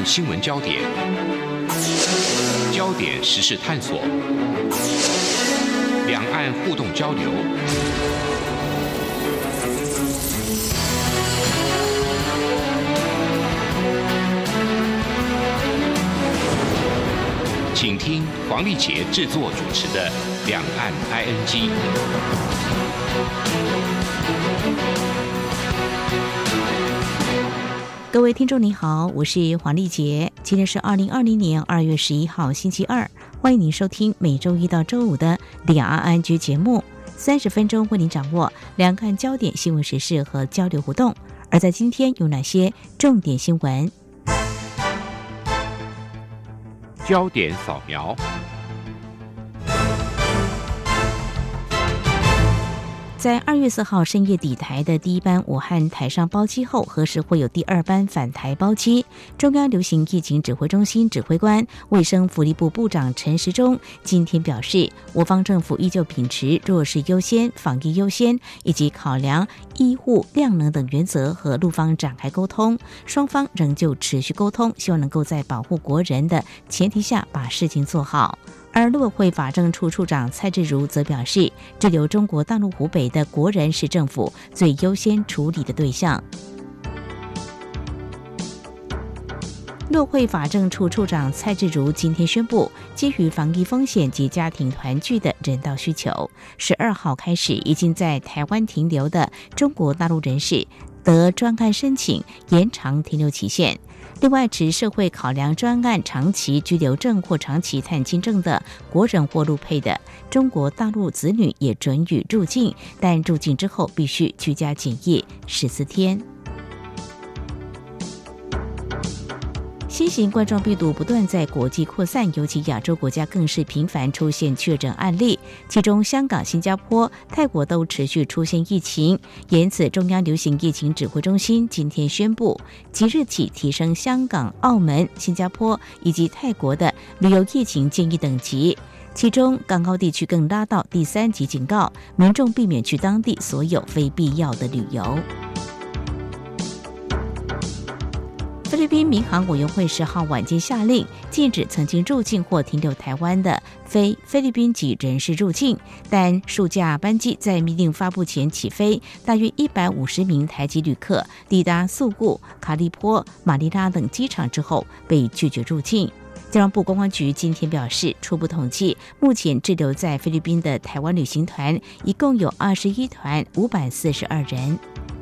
新闻焦点，焦点时事探索，两岸互动交流，请听黄丽杰制作主持的《两岸 ING》。 各位听众您好，我是黄丽杰，今天是2020年2月11号星期二，欢迎您收听每周一到周五的两岸 ING 节目，30分钟为您掌握两岸焦点新闻时事和交流活动。而在今天有哪些重点新闻？ 焦点扫描。 在2月4号深夜抵台的第一班武汉台上包机后，何时会有第二班返台包机？中央流行疫情指挥中心指挥官、卫生福利部部长陈时中今天表示，我方政府依旧秉持弱势优先、防疫优先，以及考量医护量能等原则和陆方展开沟通，双方仍旧持续沟通，希望能够在保护国人的前提下把事情做好。而陆委会法政处处长蔡志如则表示，这由中国大陆湖北的国人是政府最优先处理的对象。陆委会法政处处长蔡志如今天宣布，基于防疫风险及家庭团聚的人道需求，12号开始已经在台湾停留的中国大陆人士得专案申请延长停留期限。另外，持社会考量专案长期居留证或长期探亲证的国人或陆配的中国大陆子女也准予入境，但入境之后必须居家检疫14天。新型冠状病毒不断在国际扩散，尤其亚洲国家更是频繁出现确诊案例，其中香港、新加坡、泰国都持续出现疫情，因此中央流行疫情指挥中心今天宣布，即日起提升香港、澳门、新加坡以及泰国的旅游疫情建议等级，其中港澳地区更拉到第3级警告，民众避免去当地所有非必要的旅游。菲律宾民航委员会10号晚间下令，禁止曾经入境或停留台湾的非菲律宾籍人士入境，但数架班机在命令发布前起飞，大约150名台籍旅客抵达宿务、卡利坡、马尼拉等机场之后被拒绝入境。交通部观光局今天表示，初步统计，目前滞留在菲律宾的台湾旅行团一共有21团542人。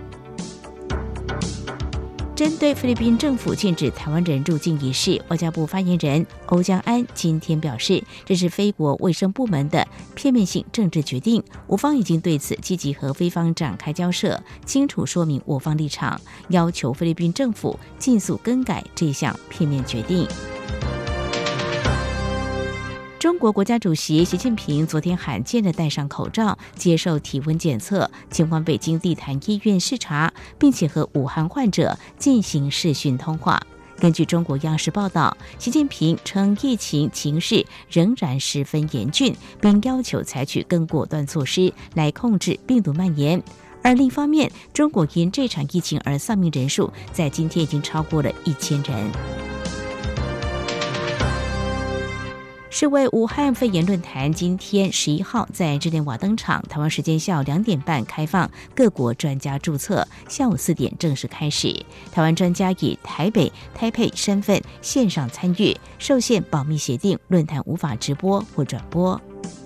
针对菲律宾政府禁止台湾人入境一事，外交部发言人欧江安今天表示，这是菲国卫生部门的片面性政治决定，我方已经对此积极和菲方展开交涉，清楚说明我方立场，要求菲律宾政府尽速更改这项片面决定。中国国家主席习近平昨天罕见地戴上口罩，接受体温检测，前往北京地坛医院视察，并且和武汉患者进行视讯通话。根据中国央视报道，习近平称疫情形势仍然十分严峻，并要求采取更果断措施来控制病毒蔓延。而另一方面，中国因这场疫情而丧命人数在今天已经超过了1000人。世卫武汉肺炎论坛今天11号在日内瓦登场，台湾时间下午2点半开放各国专家注册，下午4点正式开始。台湾专家以台北、台北身份线上参与，受限保密协定，论坛无法直播或转播。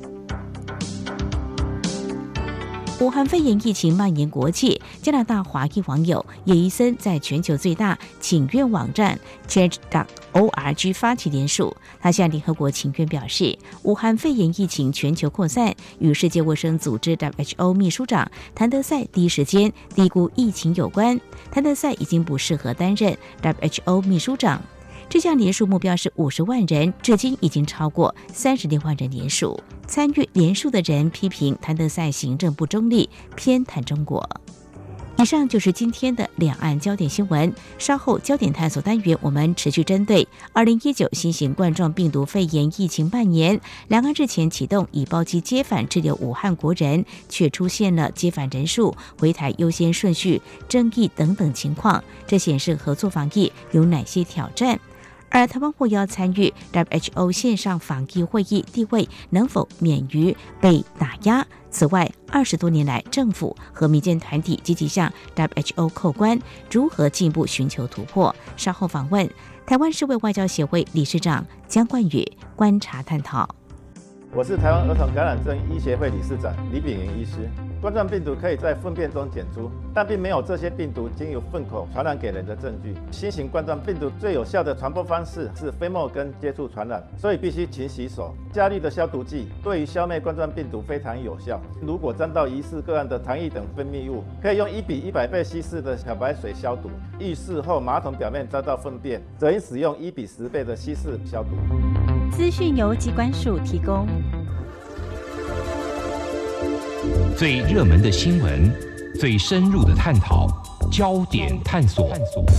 武汉肺炎疫情蔓延国际，加拿大华裔网友叶伊森在全球最大请愿网站 Change.org 发起联署，他向联合国请愿表示，武汉肺炎疫情全球扩散与世界卫生组织 WHO 秘书长谭德赛第一时间低估疫情有关，谭德赛已经不适合担任 WHO 秘书长。这项联署目标是50万人，至今已经超过36万人联署。参与联署的人批评谭德赛行政不中立，偏袒中国。以上就是今天的两岸焦点新闻，稍后焦点探索单元我们持续针对2019新型冠状病毒肺炎疫情蔓延，两岸日前启动以包机接返滞留武汉国人，却出现了接返人数、回台优先顺序争议等等情况，这显示合作防疫有哪些挑战？ 而台湾或要参与 WHO 线上防疫会议，地位能否免于被打压？此外，20多年来，政府和民间团体积极向 WHO 扣关，如何进一步寻求突破？稍后访问台湾世卫外交协会理事长姜冠宇，观察探讨。 我是台湾儿童感染症医协会理事长李秉云医师。冠状病毒可以在粪便中检出，但并没有这些病毒经由粪口传染给人的证据。新型冠状病毒最有效的传播方式是飞沫跟接触传染，所以必须勤洗手。加氯的消毒剂对于消灭冠状病毒非常有效。如果沾到疑似个案的糖液等分泌物，可以用1比100倍稀释的漂白水消毒。浴室后马桶表面沾到粪便，则应使用1比10倍的稀释消毒。 资讯由疾管署提供。 最热门的新闻，最深入的探讨，焦点探索。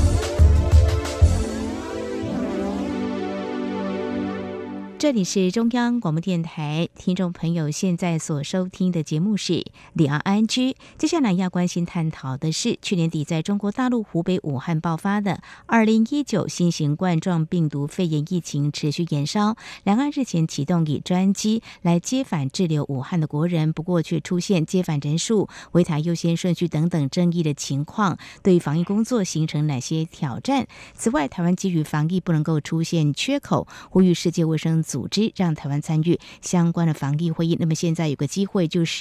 这里是中央广播电台，听众朋友现在所收听的节目是里昂安居。接下来要关心探讨的是，去年底在中国大陆湖北武汉爆发的2019新型冠状病毒肺炎疫情持续延烧，两岸日前启动以专机来接返滞留武汉的国人，不过却出现接返人数、回台优先顺序等等争议的情况，对防疫工作形成哪些挑战？此外，台湾基于防疫不能够出现缺口，呼吁世界卫生组织让台湾参与相关的防疫会议。那么现在有个机会，就是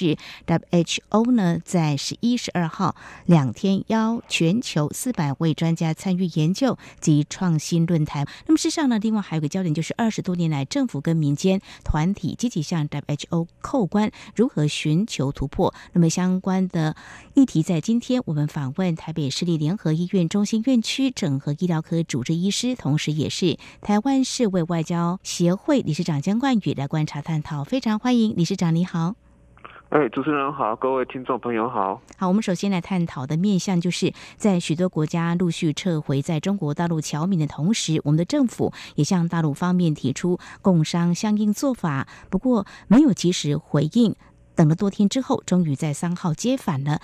WHO 呢在11、12号2天邀全球400位专家参与研究及创新论坛。那么事实上呢，另外还有个焦点，就是20多年来政府跟民间团体积极向 WHO 扣关，如何寻求突破？那么相关的议题在今天我们访问台北市立联合医院中心院区整合医疗科主治医师，同时也是台湾世卫外交协会理事长姜冠宇来观察探讨。非常欢迎理事长，你好。 主持人好，各位听众朋友好。 好，我们首先来探讨的面向，就是在许多国家陆续撤回在中国大陆侨民的同时，我们的政府也向大陆方面提出共商相应做法，不过没有及时回应。等了多天之后，终于在3号接返了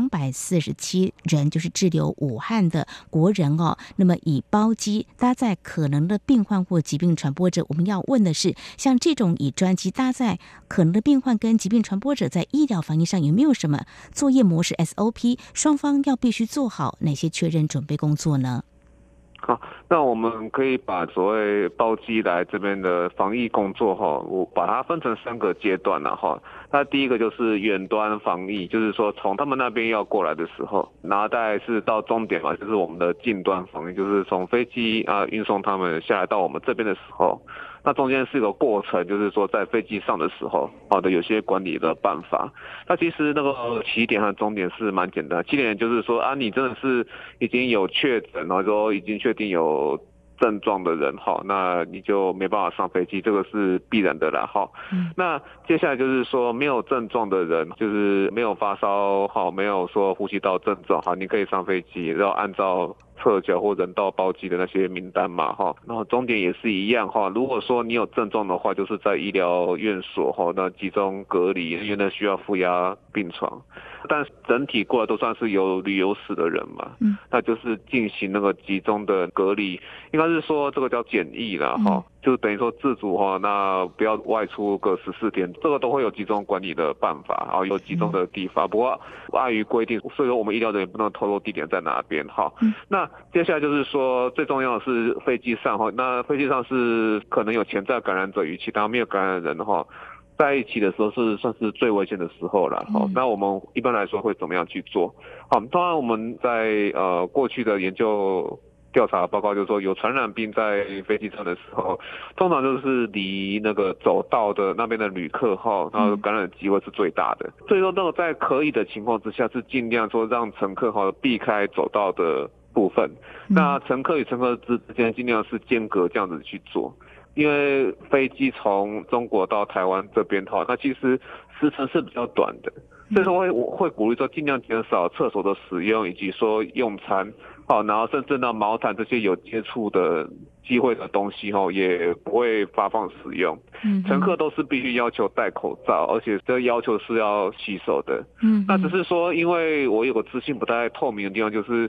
247人，就是滞留武汉的国人哦。那么以包机搭载可能的病患或疾病传播者，我们要问的是，像这种以专机搭载可能的病患跟疾病传播者，在医疗防疫上有没有什么作业模式 SOP？ 双方要必须做好哪些确认准备工作呢？ 好，那我们可以把所谓包机来这边的防疫工作我把它分成3个阶段那第一个就是远端防疫，就是说从他们那边要过来的时候，然后再是到终点嘛，就是我们的近端防疫，就是从飞机运送他们下来到我们这边的时候，那中间是一个过程，就是说在飞机上的时候的有些管理的办法。那其实那个起点和终点是蛮简单，起点就是说你真的是已经有确诊，然后说已经确定有症状的人那你就没办法上飞机，这个是必然的啦那接下来就是说没有症状的人，就是没有发烧没有说呼吸道症状你可以上飞机，然后按照撤侨或人道包机的那些名单嘛然后终点也是一样如果说你有症状的话，就是在医疗院所那集中隔离，因为那需要负压病床，但整体过来都算是有旅游史的人嘛那就是进行那个集中的隔离，应该是说这个叫检疫啦就等于说自主那不要外出个14天，这个都会有集中管理的办法有集中的地方，不过碍于规定，所以说我们医疗人员不能透露地点在哪边那接下来就是说最重要的是飞机上那飞机上是可能有潜在感染者与其他没有感染的人在一起的时候是算是最危险的时候了那我们一般来说会怎么样去做当然我们在过去的研究调查报告就是说，有传染病在飞机上的时候，通常就是离那个走道的那边的旅客然后感染机会是最大的。所以说，那个在可以的情况之下，是尽量说让乘客避开走道的部分。那乘客与乘客之间尽量是间隔这样子去做。因为飞机从中国到台湾这边那其实时程是比较短的，所以说我会鼓励说尽量减少厕所的使用，以及说用餐然后甚至呢毛毯这些有接触的机会的东西也不会发放使用。乘客都是必须要求戴口罩，而且这个要求是要洗手的。那只是说因为我有个资讯不太透明的地方，就是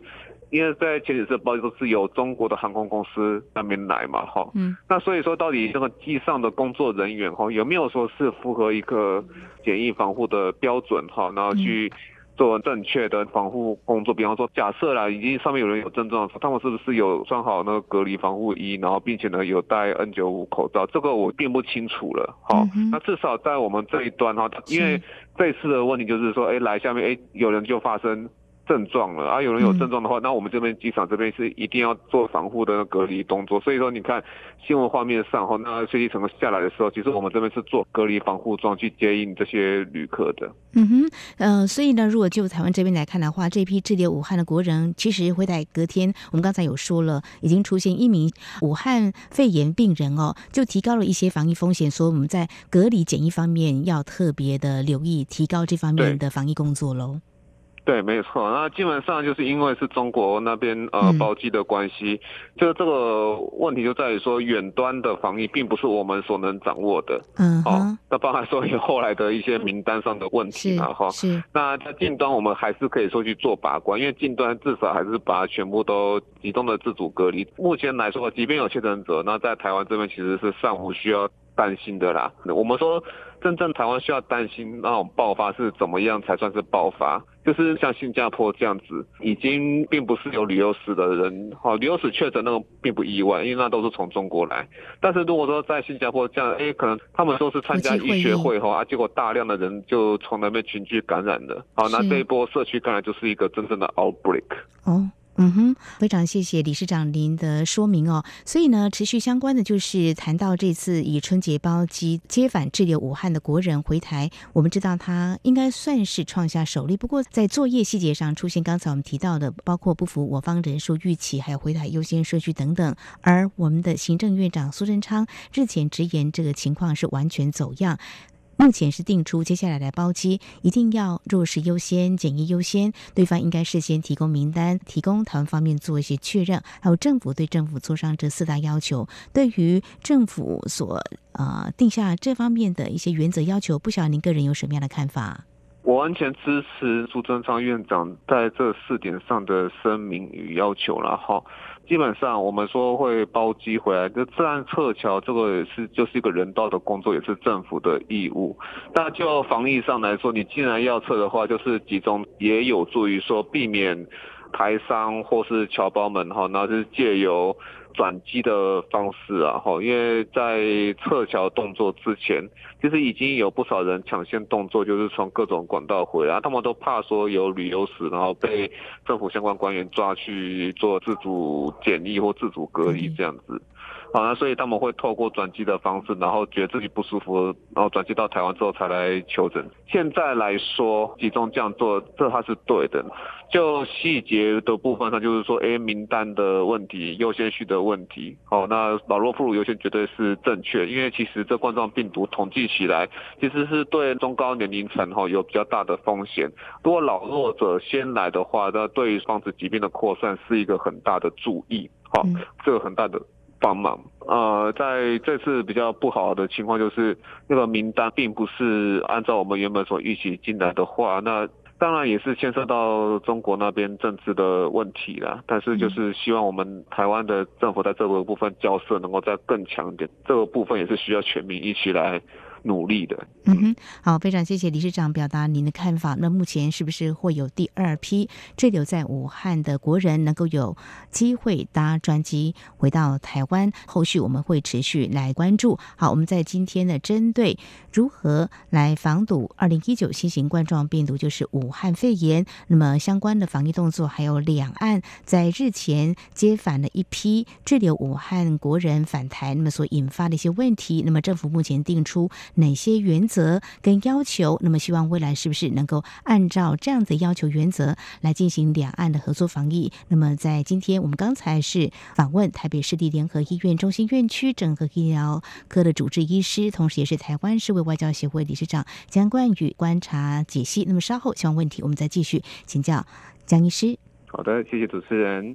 因为在前几次包机都是由中国的航空公司那边来嘛，那所以说到底这个机上的工作人员有没有说是符合一个检疫防护的标准然后去做正确的防护工作，比方说假设啦，已经上面有人有症状，他们是不是有穿好那个隔离防护衣，然后并且呢有戴 N95 口罩，这个我并不清楚了那至少在我们这一端因为这次的问题就是说来下面有人就发生症状了有人有症状的话，那我们这边机场这边是一定要做防护的隔离动作。所以说你看新闻画面上那飞机整个下来的时候，其实我们这边是做隔离防护装去接应这些旅客的。 所以呢，如果就台湾这边来看的话，这批滞留武汉的国人，其实会在隔天，我们刚才有说了，已经出现一名武汉肺炎病人就提高了一些防疫风险，所以我们在隔离检疫方面要特别的留意，提高这方面的防疫工作咯。 对，没错。那基本上就是因为是中国那边包机的关系，这个问题就在于说远端的防疫并不是我们所能掌握的。那包含说有后来的一些名单上的问题是。那在近端我们还是可以说去做把关，因为近端至少还是把它全部都集中的自主隔离。目前来说，即便有确诊者，那在台湾这边其实是尚无需要担心的啦。我们说真正台湾需要担心那种爆发是怎么样才算是爆发，就是像新加坡这样子，已经并不是有旅游史的人旅游史确诊那个并不意外，因为那都是从中国来。但是如果说在新加坡这样可能他们都是参加医学会结果大量的人就从那边群聚感染了那这一波社区感染就是一个真正的 outbreak。 非常谢谢理事长您的说明所以呢，持续相关的就是谈到这次以春节包机接返滞留武汉的国人回台，我们知道他应该算是创下首例，不过在作业细节上出现刚才我们提到的，包括不符我方人数预期，还有回台优先顺序等等，而我们的行政院长苏贞昌日前直言这个情况是完全走样。目前是定出接下来的包机一定要弱势优先、检疫优先，对方应该事先提供名单，提供台湾方面做一些确认，还有政府对政府做上这4大要求。对于政府所定下这方面的一些原则要求，不晓得您个人有什么样的看法？ 我完全支持苏贞昌院长在这4点上的声明与要求啦基本上我们说会包机回来，这自然撤侨这个就是一个人道的工作，也是政府的义务。那就防疫上来说，你既然要撤的话，就是集中也有助于说避免台商或是侨胞们那是借由转机的方式因为在撤侨动作之前，其实已经有不少人抢先动作，就是从各种管道回来，他们都怕说有旅游史，然后被政府相关官员抓去做自主检疫或自主隔离这样子。那所以他们会透过转机的方式，然后觉得自己不舒服，然后转机到台湾之后才来求诊。现在来说集中这样做，这它是对的。就细节的部分上，就是说名单的问题、优先序的问题那老弱妇孺优先绝对是正确，因为其实这冠状病毒统计起来其实是对中高年龄层有比较大的风险。如果老弱者先来的话，那对于防止疾病的扩散是一个很大的注意这个很大的帮忙。在这次比较不好的情况就是那个名单并不是按照我们原本所预期进来的话，那当然也是牵涉到中国那边政治的问题啦，但是就是希望我们台湾的政府在这个部分角色能够再更强一点，这个部分也是需要全民一起来努力的。 好，非常谢谢理事长表达您的看法。那目前是不是会有第2批滞留在武汉的国人能够有机会搭专机回到台湾？后续我们会持续来关注。好，我们在今天呢，针对如何来防堵2019新型冠状病毒，就是武汉肺炎，那么相关的防疫动作，还有两岸在日前接返了一批滞留武汉国人返台，那么所引发的一些问题，那么政府目前定出哪些原则跟要求，那么希望未来是不是能够按照这样的要求原则来进行两岸的合作防疫。那么在今天我们刚才是访问台北市立联合医院中心院区整合医疗科的主治医师，同时也是台湾世卫外交协会理事长江冠宇观察解析。那么稍后相关问题我们再继续请教江医师。 好的，谢谢主持人。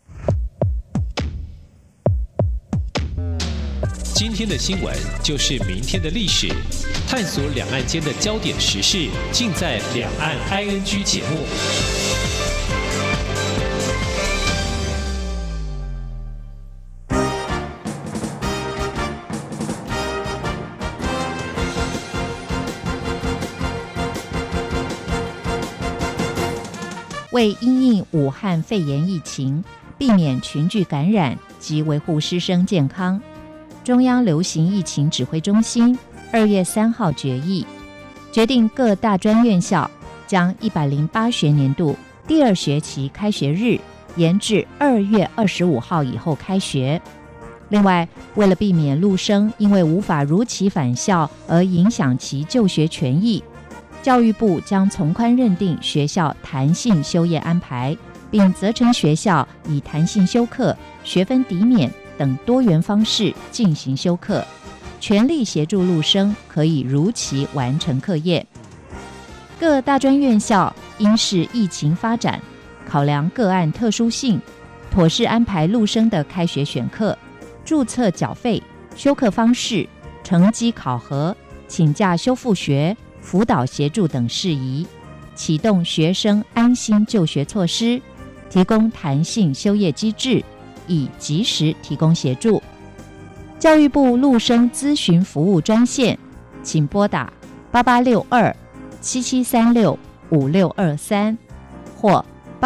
今天的新闻就是明天的历史，探索两岸间的焦点时事，尽在两岸 ING 节目。 为因应武汉肺炎疫情，避免群聚感染及维护师生健康，中央流行疫情指挥中心2月3号决议，决定各大专院校将108学年度第2学期开学日延至2月25号以后开学。另外，为了避免陆生因为无法如期返校而影响其就学权益，教育部将从宽认定学校弹性修业安排，并责成学校以弹性修课、学分抵免等多元方式进行修课，全力协助陆生可以如期完成课业。各大专院校应视疫情发展，考量个案特殊性，妥善安排陆生的开学选课、注册缴费、修课方式、成绩考核、请假修复学、辅导协助等事宜，启动学生安心就学措施，提供弹性修业机制，以及时提供协助。教育部陆生咨询服务专线，请拨打8862-7736-5623或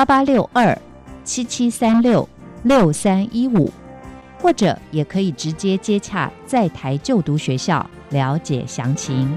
8862-7736-6315，或者也可以直接接洽在台就读学校了解详情。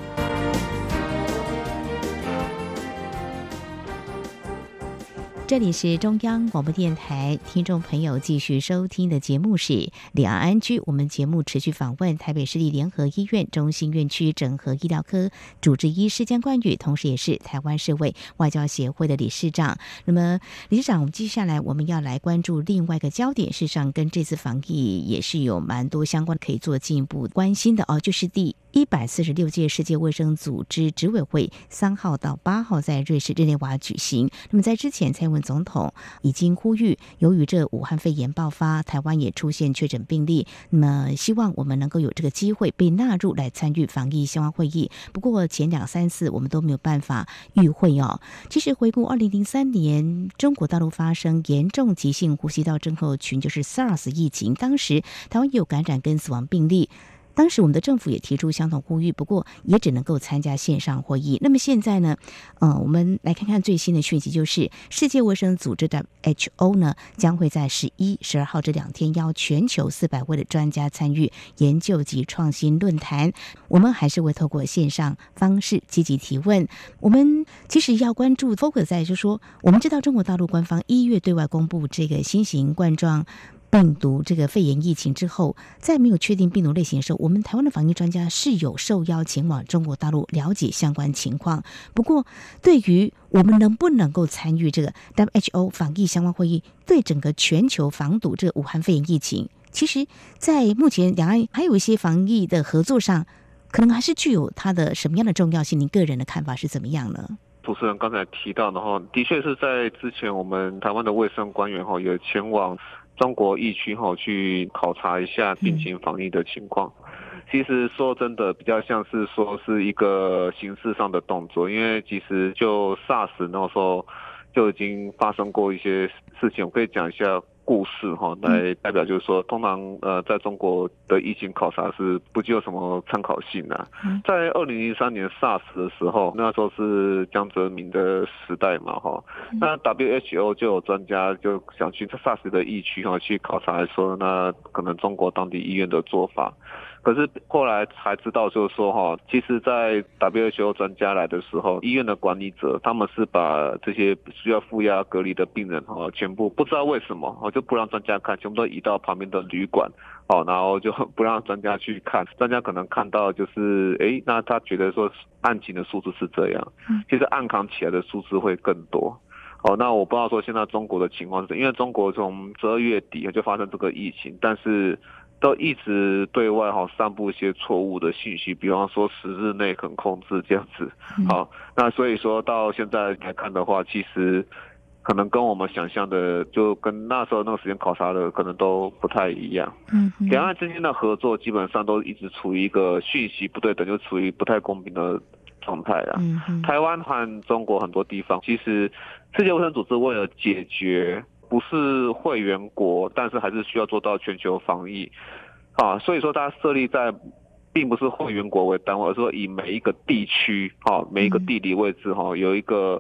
这里是中央广播电台，听众朋友继续收听的节目是两岸安居。我们节目持续访问台北市立联合医院中心院区整合医疗科主治医师江冠宇，同时也是台湾社会外交协会的理事长。那么理事长，接下来我们要来关注另外一个焦点，事实上跟这次防疫也是有蛮多相关可以做进一步关心的就是第146届世界卫生组织执委会3号到8号在瑞士日内瓦举行。那么在之前，蔡英文总统已经呼吁，由于这武汉肺炎爆发，台湾也出现确诊病例，那么希望我们能够有这个机会被纳入来参与防疫相关会议。不过前2、3次我们都没有办法与会其实回顾2003年中国大陆发生严重急性呼吸道症候群，就是 SARS 疫情，当时台湾也有感染跟死亡病例。当时我们的政府也提出相同呼吁，不过也只能够参加线上会议。那么现在呢，我们来看看最新的讯息，就是世界卫生组织的 WHO 呢，将会在11、12号这2天邀全球400位的专家参与研究及创新论坛。我们还是会透过线上方式积极提问。我们其实要关注 focus 在就是说，我们知道中国大陆官方1月对外公布这个新型冠状病毒这个肺炎疫情之后，在没有确定病毒类型的时候，我们台湾的防疫专家是有受邀前往中国大陆了解相关情况。不过对于我们能不能够参与这个 WHO 防疫相关会议，对整个全球防堵这个武汉肺炎疫情，其实在目前两岸还有一些防疫的合作上，可能还是具有它的什么样的重要性？您个人的看法是怎么样呢？ 主持人刚才提到的的确是在之前我们台湾的卫生官员也前往中国疫区去考察一下病情防疫的情况。其实说真的，比较像是说是一个形式上的动作，因为其实就 SARS 那时候就已经发生过一些事情，我可以讲一下故事来代表，就是说通常在中国的疫情考察是不具有什么参考性的。在2003年 SARS 的时候，那时候是江泽民的时代嘛那 WHO 就有专家就想去 SARS 的疫区去考察，说那可能中国当地医院的做法。可是后来才知道，就是说其实在 WHO 专家来的时候，医院的管理者他们是把这些需要负压隔离的病人全部不知道为什么就不让专家看，全部都移到旁边的旅馆然后就不让专家去看。专家可能看到就是那他觉得说案情的数字是这样，其实案扛起来的数字会更多。那我不知道说现在中国的情况是，因为中国从12月底就发生这个疫情，但是都一直对外散布一些错误的信息，比方说10日内可能控制这样子。那所以说到现在来看的话，其实可能跟我们想象的，就跟那时候那个时间考察的可能都不太一样。两岸之间的合作基本上都一直处于一个讯息不对等，就处于不太公平的状态啦。台湾和中国很多地方，其实世界卫生组织为了解决不是会员国，但是还是需要做到全球防疫所以说它设立在并不是会员国为单位，而是说以每一个地区每一个地理位置有一个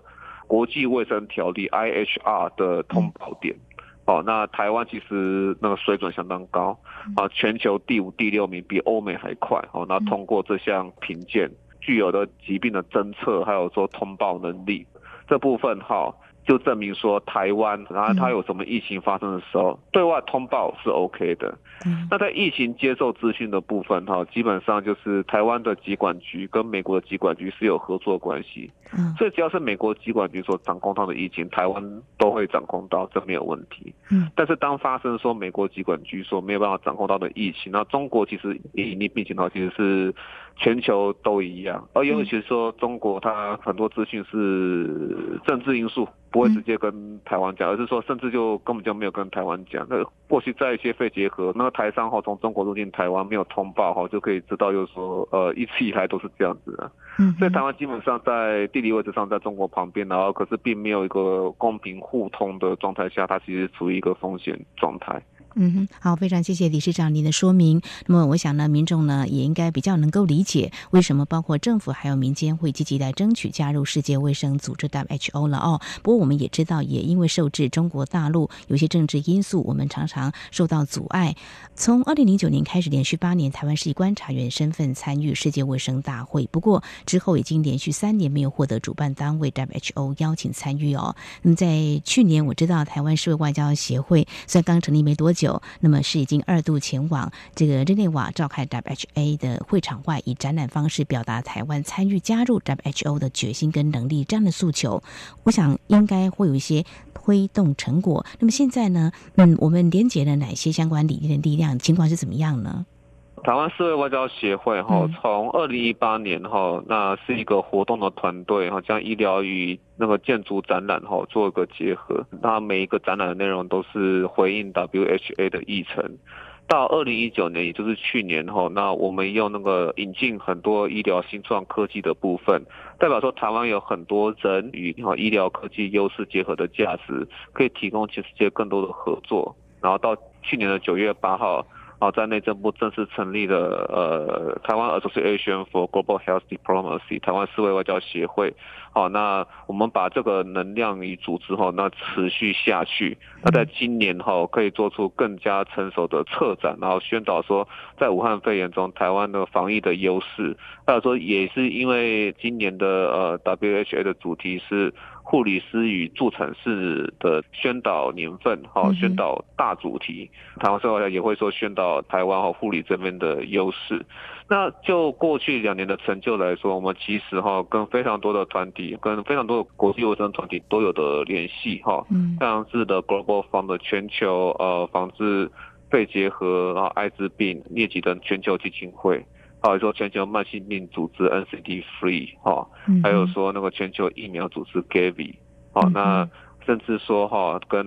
国际卫生条例 IHR 的通报点。那台湾其实那个水准相当高全球第5、第6名，比欧美还快那通过这项评鉴，具有的疾病的侦测还有说通报能力这部分就证明说台湾然后它有什么疫情发生的时候对外通报是 OK 的。那在疫情接受资讯的部分基本上就是台湾的疾管局跟美国的疾管局是有合作关系所以只要是美国疾管局所掌控到的疫情，台湾都会掌控到，这没有问题但是当发生说美国疾管局所没有办法掌控到的疫情，那中国其实隐匿病情其实是全球都一样，而尤其是说中国它很多资讯是政治因素不会直接跟台湾讲，而是说甚至就根本就没有跟台湾讲。那过去在一些肺结核那个台商从中国入境台湾没有通报就可以知道就是说一直以来都是这样子的所以台湾基本上在地理位置上在中国旁边，然后可是并没有一个公平互通的状态下，它其实处于一个风险状态。 好，非常谢谢理事长您的说明。那么我想呢，民众呢也应该比较能够理解为什么包括政府还有民间会积极来争取加入世界卫生组织 WHO 了不过我们也知道，也因为受制中国大陆有些政治因素，我们常常受到阻碍。从2009年开始，连续8年台湾是以观察员身份参与世界卫生大会，不过之后已经连续3年没有获得主办单位 WHO 邀请参与那么在去年，我知道台湾世卫外交协会虽然刚成立没多久，那么是已经2度前往这个日内瓦召开 WHA 的会场外，以展览方式表达台湾参与加入 WHO 的决心跟能力这样的诉求。我想应该会有一些推动成果。那么现在呢，我们连结了哪些相关理念的力量，情况是怎么样呢？ 台湾世卫外交协会从2018年那是一个活动的团队将医疗与那个建筑展览做一个结合，那每一个展览的内容都是回应 WHA 的议程。到2019年也就是去年那我们用那个引进很多医疗新创科技的部分，代表说台湾有很多人与医疗科技优势结合的价值，可以提供全世界更多的合作。然后到去年的9月8号在内政部正式成立了台湾 Association for Global Health Diplomacy 台湾世卫外交协会那我们把这个能量与组织那持续下去，那在今年可以做出更加成熟的策展，然后宣导说在武汉肺炎中台湾的防疫的优势。还有说也是因为今年的WHA 的主题是护理师与助产士的宣导年份宣导大主题，台湾世卫外交也会说宣导台湾护理这边的优势。那就过去2年的成就来说，我们其实跟非常多的团体跟非常多的国际卫生团体都有的联系像是的 Global Fund 的全球防治肺结核艾滋病疟疾等全球基金会，还有说全球慢性病组织 NCD Free 还有说那个全球疫苗组织 Gavi 那甚至说跟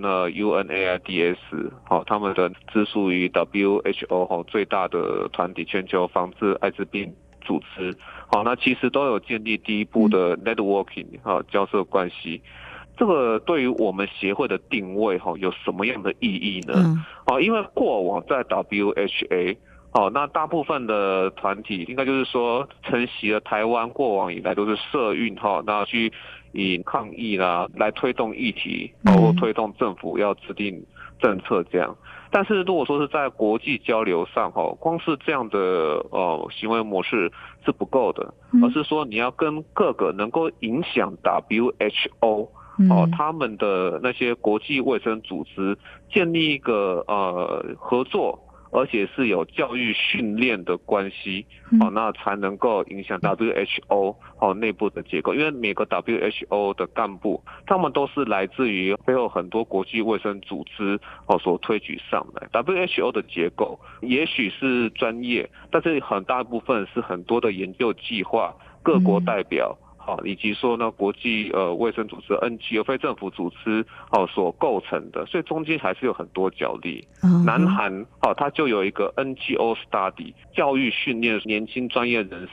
UNAIDS 他们的直属于 WHO 最大的团体全球防治艾滋病组织那其实都有建立第一步的 networking 交涉关系。这个对于我们协会的定位有什么样的意义呢？因为过往在 WHA那大部分的团体应该就是说承袭了台湾过往以来都是社运那去以抗疫啦来推动议题或推动政府要制定政策这样。但是如果说是在国际交流上光是这样的行为模式是不够的，而是说你要跟各个能够影响 WHO他们的那些国际卫生组织建立一个合作，而且是有教育训练的关系那才能够影响 WHO 内部的结构。因为每个 WHO 的干部他们都是来自于背后很多国际卫生组织所推举上来。 WHO 的结构也许是专业，但是很大部分是很多的研究计划、各国代表以及说呢国际卫生组织 NGO 非政府组织所构成的，所以中间还是有很多角力。南韩它就有一个 NGO study 教育训练年轻专业人士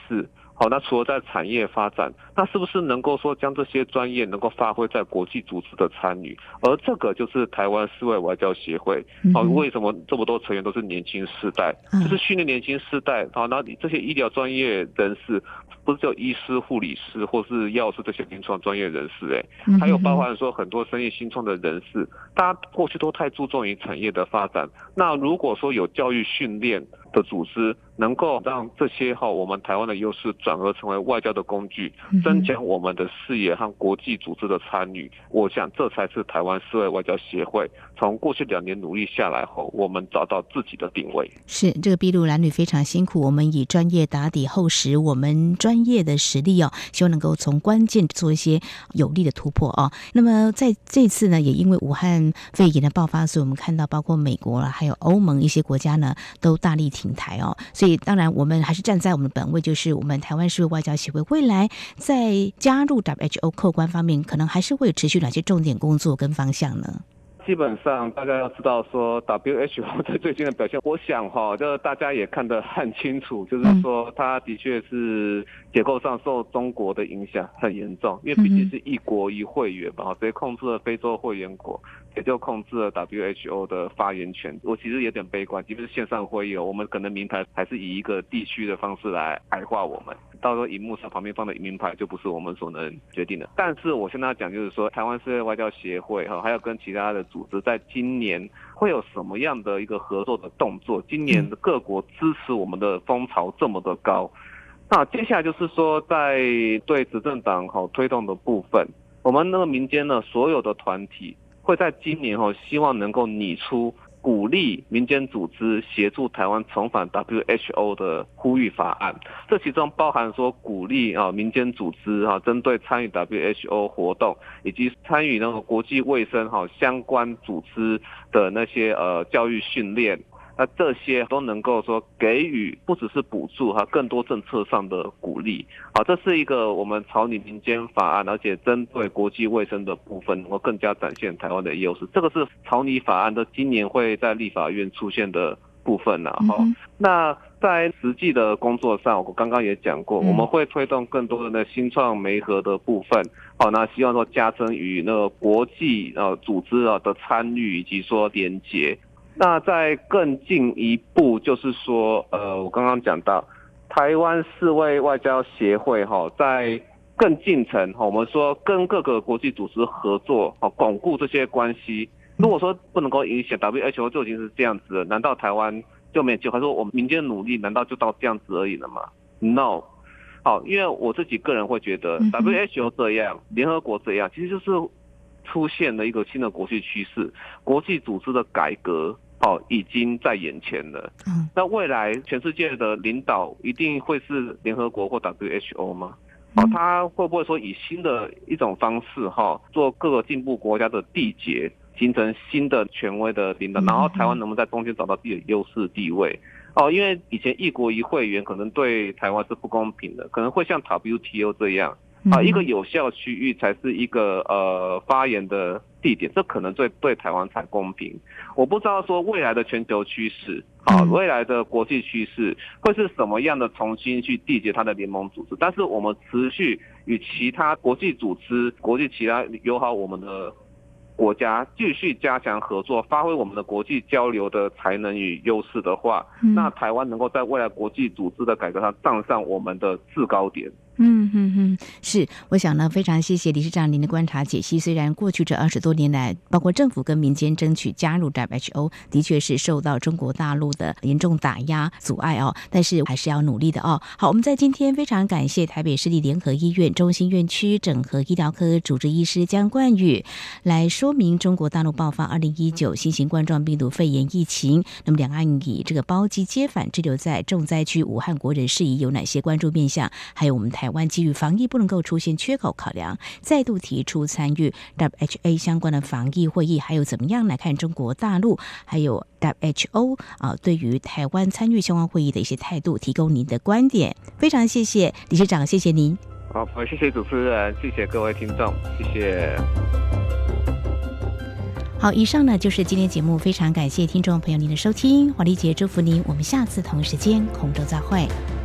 好，那除了在产业发展，那是不是能够说将这些专业能够发挥在国际组织的参与？而这个就是台湾世卫外交协会。好，为什么这么多成员都是年轻世代？就是训练年轻世代。好，那这些医疗专业人士，不是只有医师、护理师或是药师这些临床专业人士，还有包含说很多生意新创的人士，大家过去都太注重于产业的发展。那如果说有教育训练的组织，能够让这些我们台湾的优势转而成为外交的工具，增强我们的视野和国际组织的参与，我想这才是台湾世卫外交协会从过去2年努力下来后，我们找到自己的定位。 是，这个筚路蓝缕非常辛苦，我们以专业打底厚实，我们专业的实力希望能够从关键做一些有力的突破那么在这次呢，也因为武汉肺炎的爆发，所以我们看到包括美国还有欧盟一些国家呢，都大力挺台所以当然我们还是站在我们的本位，就是我们台湾世卫外交协会未来在加入 WHO 扣关方面，可能还是会持续哪些重点工作跟方向呢？ 基本上大家要知道说 WHO 在最近的表现，我想就是大家也看得很清楚，就是说它的确是结构上受中国的影响很严重，因为毕竟是一国一会员嘛，直接控制了非洲会员国，也就控制了 WHO 的发言权。我其实有点悲观，即便是线上会议我们可能名牌还是以一个地区的方式来矮化我们，到时候荧幕上旁边放的名牌就不是我们所能决定的。但是我现在讲就是说，台湾世卫外交协会还有跟其他的组织在今年会有什么样的一个合作的动作？今年的各国支持我们的风潮这么的高，那接下来就是说，在对执政党推动的部分，我们那个民间呢，所有的团体会在今年希望能够拟出鼓励民间组织协助台湾重返 WHO 的呼吁法案，这其中包含说鼓励民间组织针对参与 WHO 活动以及参与那个国际卫生相关组织的那些教育训练，那这些都能够说给予不只是补助更多政策上的鼓励。好，这是一个我们草拟民间法案，而且针对国际卫生的部分能够更加展现台湾的优势。这个是草拟法案的今年会在立法院出现的部分那在实际的工作上，我刚刚也讲过，我们会推动更多的那新创媒合的部分。那希望说加深与那个国际组织的参与以及说连结。那再更进一步就是说，我刚刚讲到台湾世卫外交协会在更进程我们说跟各个国际组织合作巩固这些关系。如果说不能够影响 WHO 就已经是这样子了，难道台湾就没有机会？还说我们民间努力难道就到这样子而已了吗？ No。 好，因为我自己个人会觉得 WHO 这样，联合国这样，其实就是出现了一个新的国际趋势，国际组织的改革已经在眼前了。那未来全世界的领导一定会是联合国或 WHO 吗？他会不会说以新的一种方式做各个进步国家的缔结，形成新的权威的领导，然后台湾能不能在中间找到自己的优势地位？因为以前一国一会员可能对台湾是不公平的，可能会像 WTO 这样一个有效区域才是一个发言的地点，这可能对台湾才公平。我不知道说未来的全球趋势未来的国际趋势会是什么样的重新去缔结它的联盟组织，但是我们持续与其他国际组织、国际其他友好我们的国家继续加强合作，发挥我们的国际交流的才能与优势的话，那台湾能够在未来国际组织的改革上站上我们的制高点。 是，我想呢，非常谢谢理事长您的观察解析。虽然过去这20多年来，包括政府跟民间争取加入 WHO， 的确是受到中国大陆的严重打压阻碍但是还是要努力的好，我们在今天非常感谢台北市立联合医院中心院区整合医疗科主治医师江冠宇来说明中国大陆爆发2019新型冠状病毒肺炎疫情，那么两岸以这个包机接返滞留在重灾区武汉国人事宜有哪些关注面向，还有我们台湾基于防疫不能够出现缺口考量，再度提出参与 WHO 相关的防疫会议，还有怎么样来看中国大陆还有 WHO 对于台湾参与相关会议的一些态度，提供您的观点。非常谢谢理事长，谢谢您。 好，谢谢主持人，谢谢各位听众，谢谢。 好，以上呢就是今天节目，非常感谢听众朋友您的收听，华丽姐祝福您，我们下次同一时间空中再会。